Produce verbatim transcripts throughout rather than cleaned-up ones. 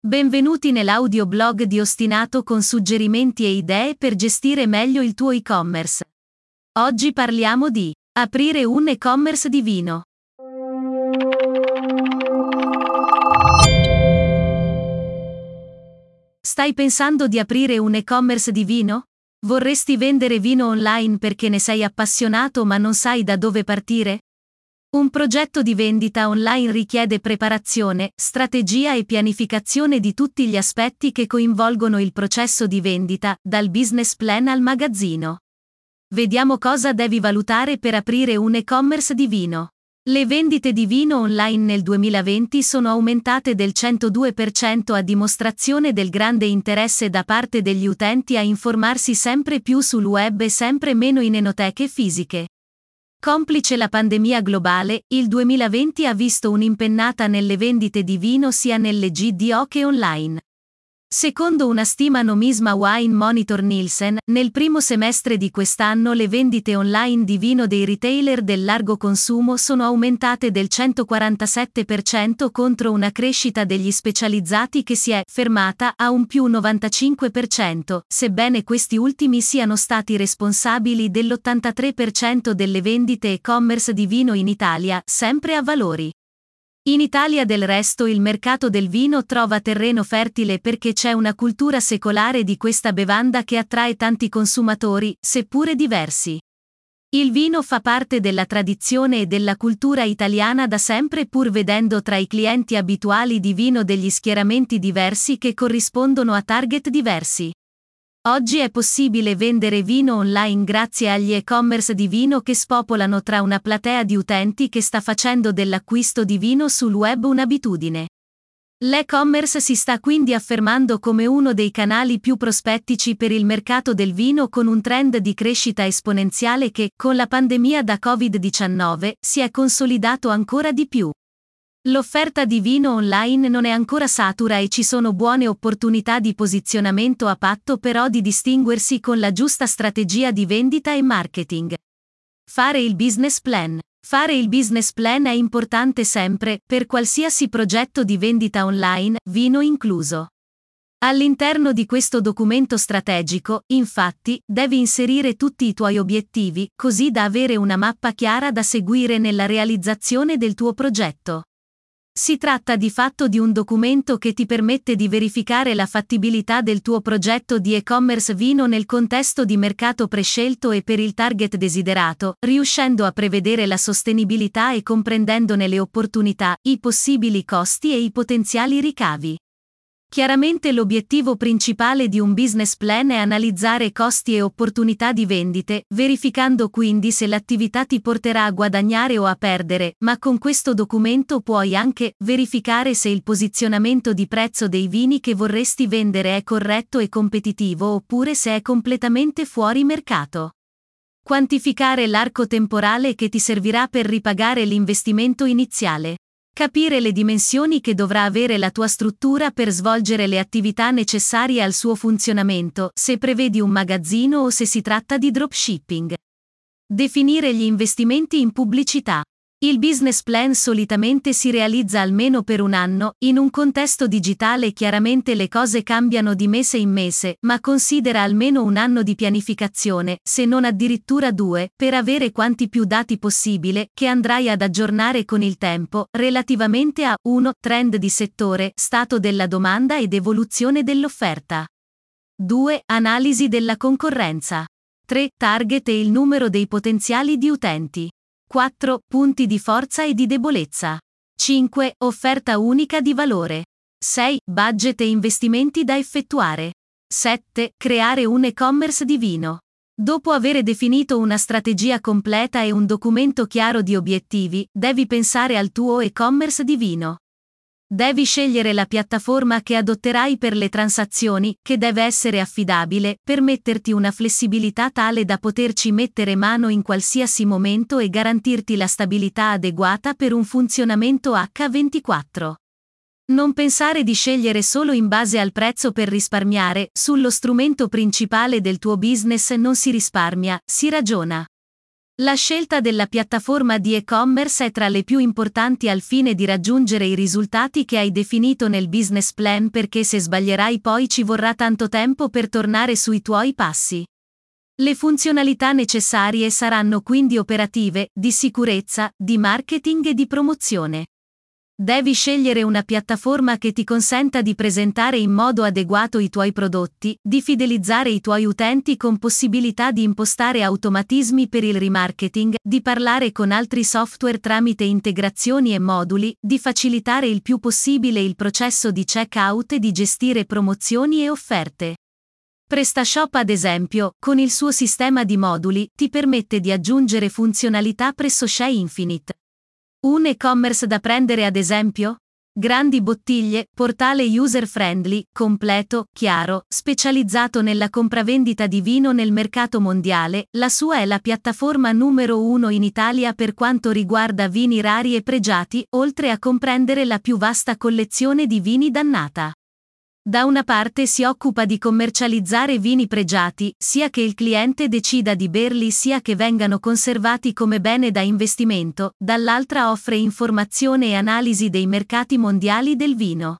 Benvenuti nell'audioblog di Ostinato con suggerimenti e idee per gestire meglio il tuo e-commerce. Oggi parliamo di aprire un e-commerce di vino. Stai pensando di aprire un e-commerce di vino? Vorresti vendere vino online perché ne sei appassionato ma non sai da dove partire? Un progetto di vendita online richiede preparazione, strategia e pianificazione di tutti gli aspetti che coinvolgono il processo di vendita, dal business plan al magazzino. Vediamo cosa devi valutare per aprire un e-commerce di vino. Le vendite di vino online nel duemilaventi sono aumentate del centodue per cento a dimostrazione del grande interesse da parte degli utenti a informarsi sempre più sul web e sempre meno in enoteche fisiche. Complice la pandemia globale, il duemilaventi ha visto un'impennata nelle vendite di vino sia nelle G D O che online. Secondo una stima Nomisma Wine Monitor Nielsen, nel primo semestre di quest'anno le vendite online di vino dei retailer del largo consumo sono aumentate del centoquarantasette per cento contro una crescita degli specializzati che si è fermata a un più novantacinque per cento, sebbene questi ultimi siano stati responsabili dell'ottantatré per cento delle vendite e-commerce di vino in Italia, sempre a valori. In Italia del resto il mercato del vino trova terreno fertile perché c'è una cultura secolare di questa bevanda che attrae tanti consumatori, seppure diversi. Il vino fa parte della tradizione e della cultura italiana da sempre, pur vedendo tra i clienti abituali di vino degli schieramenti diversi che corrispondono a target diversi. Oggi è possibile vendere vino online grazie agli e-commerce di vino che spopolano tra una platea di utenti che sta facendo dell'acquisto di vino sul web un'abitudine. L'e-commerce si sta quindi affermando come uno dei canali più prospettici per il mercato del vino, con un trend di crescita esponenziale che, con la pandemia da covid diciannove, si è consolidato ancora di più. L'offerta di vino online non è ancora satura e ci sono buone opportunità di posizionamento a patto però di distinguersi con la giusta strategia di vendita e marketing. Fare il business plan. Fare il business plan è importante sempre, per qualsiasi progetto di vendita online, vino incluso. All'interno di questo documento strategico, infatti, devi inserire tutti i tuoi obiettivi, così da avere una mappa chiara da seguire nella realizzazione del tuo progetto. Si tratta di fatto di un documento che ti permette di verificare la fattibilità del tuo progetto di e-commerce vino nel contesto di mercato prescelto e per il target desiderato, riuscendo a prevedere la sostenibilità e comprendendone le opportunità, i possibili costi e i potenziali ricavi. Chiaramente l'obiettivo principale di un business plan è analizzare costi e opportunità di vendite, verificando quindi se l'attività ti porterà a guadagnare o a perdere, ma con questo documento puoi anche verificare se il posizionamento di prezzo dei vini che vorresti vendere è corretto e competitivo oppure se è completamente fuori mercato. Quantificare l'arco temporale che ti servirà per ripagare l'investimento iniziale. Capire le dimensioni che dovrà avere la tua struttura per svolgere le attività necessarie al suo funzionamento, se prevedi un magazzino o se si tratta di dropshipping. Definire gli investimenti in pubblicità. Il business plan solitamente si realizza almeno per un anno, in un contesto digitale chiaramente le cose cambiano di mese in mese, ma considera almeno un anno di pianificazione, se non addirittura due, per avere quanti più dati possibile, che andrai ad aggiornare con il tempo, relativamente a uno Trend di settore, stato della domanda ed evoluzione dell'offerta. due Analisi della concorrenza. tre Target e il numero dei potenziali di utenti. quattro Punti di forza e di debolezza. cinque Offerta unica di valore. sei Budget e investimenti da effettuare. sette Creare un e-commerce di vino. Dopo aver definito una strategia completa e un documento chiaro di obiettivi, devi pensare al tuo e-commerce di vino. Devi scegliere la piattaforma che adotterai per le transazioni, che deve essere affidabile, permetterti una flessibilità tale da poterci mettere mano in qualsiasi momento e garantirti la stabilità adeguata per un funzionamento acca ventiquattro. Non pensare di scegliere solo in base al prezzo per risparmiare, sullo strumento principale del tuo business non si risparmia, si ragiona. La scelta della piattaforma di e-commerce è tra le più importanti al fine di raggiungere i risultati che hai definito nel business plan, perché se sbaglierai poi ci vorrà tanto tempo per tornare sui tuoi passi. Le funzionalità necessarie saranno quindi operative, di sicurezza, di marketing e di promozione. Devi scegliere una piattaforma che ti consenta di presentare in modo adeguato i tuoi prodotti, di fidelizzare i tuoi utenti con possibilità di impostare automatismi per il remarketing, di parlare con altri software tramite integrazioni e moduli, di facilitare il più possibile il processo di checkout e di gestire promozioni e offerte. PrestaShop, ad esempio, con il suo sistema di moduli, ti permette di aggiungere funzionalità presso Shea Infinite. Un e-commerce da prendere ad esempio? Grandi Bottiglie, portale user-friendly, completo, chiaro, specializzato nella compravendita di vino nel mercato mondiale. La sua è la piattaforma numero uno in Italia per quanto riguarda vini rari e pregiati, oltre a comprendere la più vasta collezione di vini d'annata. Da una parte si occupa di commercializzare vini pregiati, sia che il cliente decida di berli sia che vengano conservati come bene da investimento, dall'altra offre informazione e analisi dei mercati mondiali del vino.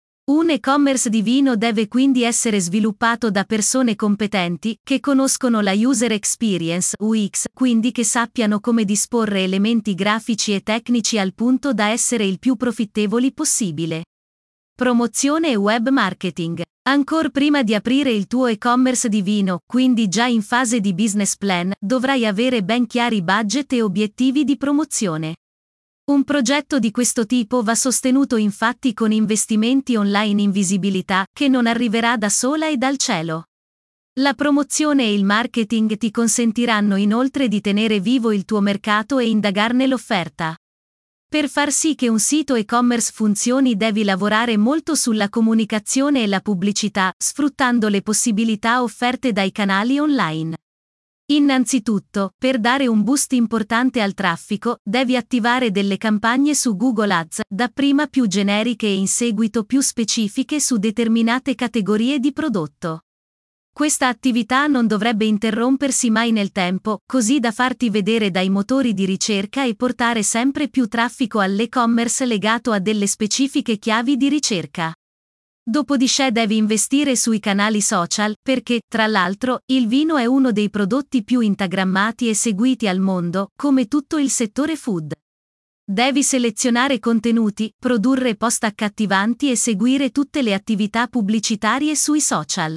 Un e-commerce di vino deve quindi essere sviluppato da persone competenti, che conoscono la user experience U X, quindi che sappiano come disporre elementi grafici e tecnici al punto da essere il più profittevoli possibile. Promozione e web marketing. Ancora prima di aprire il tuo e-commerce di vino, quindi già in fase di business plan, dovrai avere ben chiari budget e obiettivi di promozione. Un progetto di questo tipo va sostenuto infatti con investimenti online in visibilità, che non arriverà da sola e dal cielo. La promozione e il marketing ti consentiranno inoltre di tenere vivo il tuo mercato e indagarne l'offerta. Per far sì che un sito e-commerce funzioni devi lavorare molto sulla comunicazione e la pubblicità, sfruttando le possibilità offerte dai canali online. Innanzitutto, per dare un boost importante al traffico, devi attivare delle campagne su Google Ads, dapprima più generiche e in seguito più specifiche su determinate categorie di prodotto. Questa attività non dovrebbe interrompersi mai nel tempo, così da farti vedere dai motori di ricerca e portare sempre più traffico all'e-commerce legato a delle specifiche chiavi di ricerca. Dopodiché devi investire sui canali social, perché, tra l'altro, il vino è uno dei prodotti più instagrammati e seguiti al mondo, come tutto il settore food. Devi selezionare contenuti, produrre post accattivanti e seguire tutte le attività pubblicitarie sui social.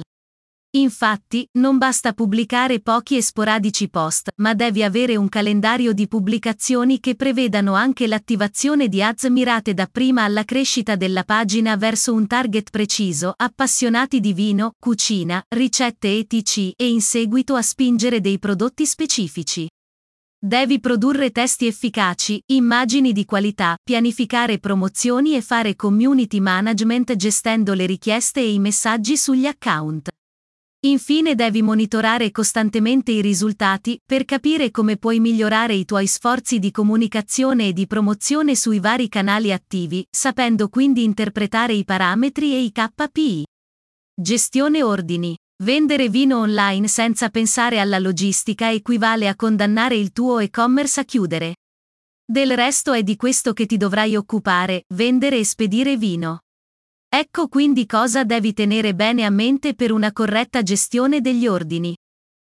Infatti, non basta pubblicare pochi e sporadici post, ma devi avere un calendario di pubblicazioni che prevedano anche l'attivazione di ads mirate dapprima alla crescita della pagina verso un target preciso, appassionati di vino, cucina, ricette et cetera, e in seguito a spingere dei prodotti specifici. Devi produrre testi efficaci, immagini di qualità, pianificare promozioni e fare community management gestendo le richieste e i messaggi sugli account. Infine devi monitorare costantemente i risultati, per capire come puoi migliorare i tuoi sforzi di comunicazione e di promozione sui vari canali attivi, sapendo quindi interpretare i parametri e i K P I. Gestione ordini. Vendere vino online senza pensare alla logistica equivale a condannare il tuo e-commerce a chiudere. Del resto è di questo che ti dovrai occupare, vendere e spedire vino. Ecco quindi cosa devi tenere bene a mente per una corretta gestione degli ordini.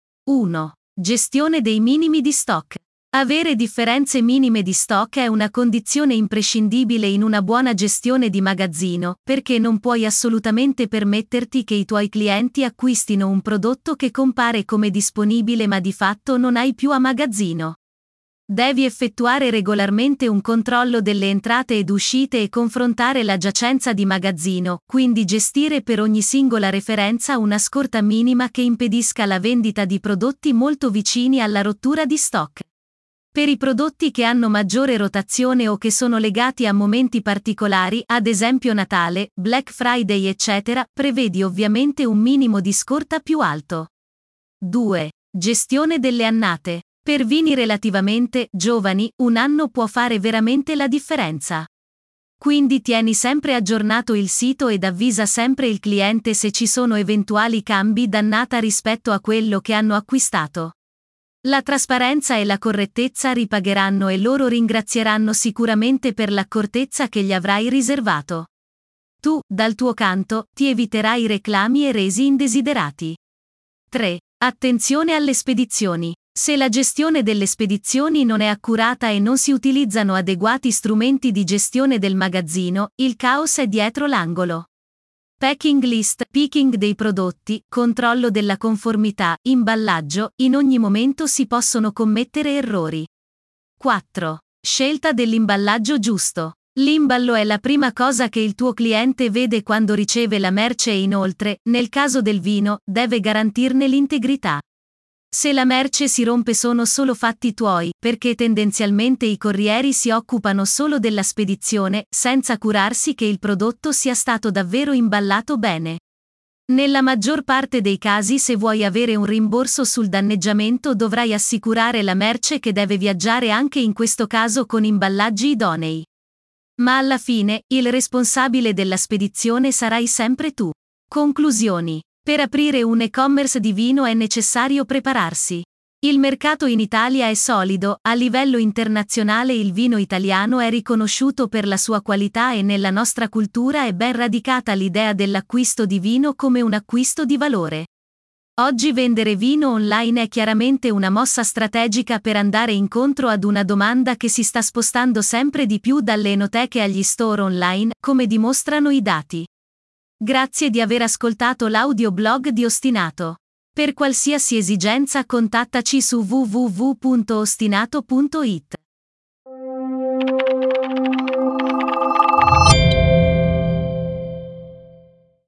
uno. Gestione dei minimi di stock. Avere differenze minime di stock è una condizione imprescindibile in una buona gestione di magazzino, perché non puoi assolutamente permetterti che i tuoi clienti acquistino un prodotto che compare come disponibile ma di fatto non hai più a magazzino. Devi effettuare regolarmente un controllo delle entrate ed uscite e confrontare la giacenza di magazzino, quindi gestire per ogni singola referenza una scorta minima che impedisca la vendita di prodotti molto vicini alla rottura di stock. Per i prodotti che hanno maggiore rotazione o che sono legati a momenti particolari, ad esempio Natale, Black Friday eccetera, prevedi ovviamente un minimo di scorta più alto. due. Gestione delle annate. Per vini relativamente giovani, un anno può fare veramente la differenza. Quindi tieni sempre aggiornato il sito ed avvisa sempre il cliente se ci sono eventuali cambi d'annata rispetto a quello che hanno acquistato. La trasparenza e la correttezza ripagheranno e loro ringrazieranno sicuramente per l'accortezza che gli avrai riservato. Tu, dal tuo canto, ti eviterai reclami e resi indesiderati. tre. Attenzione alle spedizioni. Se la gestione delle spedizioni non è accurata e non si utilizzano adeguati strumenti di gestione del magazzino, il caos è dietro l'angolo. Packing list, picking dei prodotti, controllo della conformità, imballaggio, in ogni momento si possono commettere errori. quattro. Scelta dell'imballaggio giusto. L'imballo è la prima cosa che il tuo cliente vede quando riceve la merce e inoltre, nel caso del vino, deve garantirne l'integrità. Se la merce si rompe sono solo fatti tuoi, perché tendenzialmente i corrieri si occupano solo della spedizione, senza curarsi che il prodotto sia stato davvero imballato bene. Nella maggior parte dei casi, se vuoi avere un rimborso sul danneggiamento, dovrai assicurare la merce che deve viaggiare anche in questo caso con imballaggi idonei. Ma alla fine, il responsabile della spedizione sarai sempre tu. Conclusioni. Per aprire un e-commerce di vino è necessario prepararsi. Il mercato in Italia è solido, a livello internazionale il vino italiano è riconosciuto per la sua qualità e nella nostra cultura è ben radicata l'idea dell'acquisto di vino come un acquisto di valore. Oggi vendere vino online è chiaramente una mossa strategica per andare incontro ad una domanda che si sta spostando sempre di più dalle enoteche agli store online, come dimostrano i dati. Grazie di aver ascoltato l'audioblog di Ostinato. Per qualsiasi esigenza contattaci su w w w punto ostinato punto it.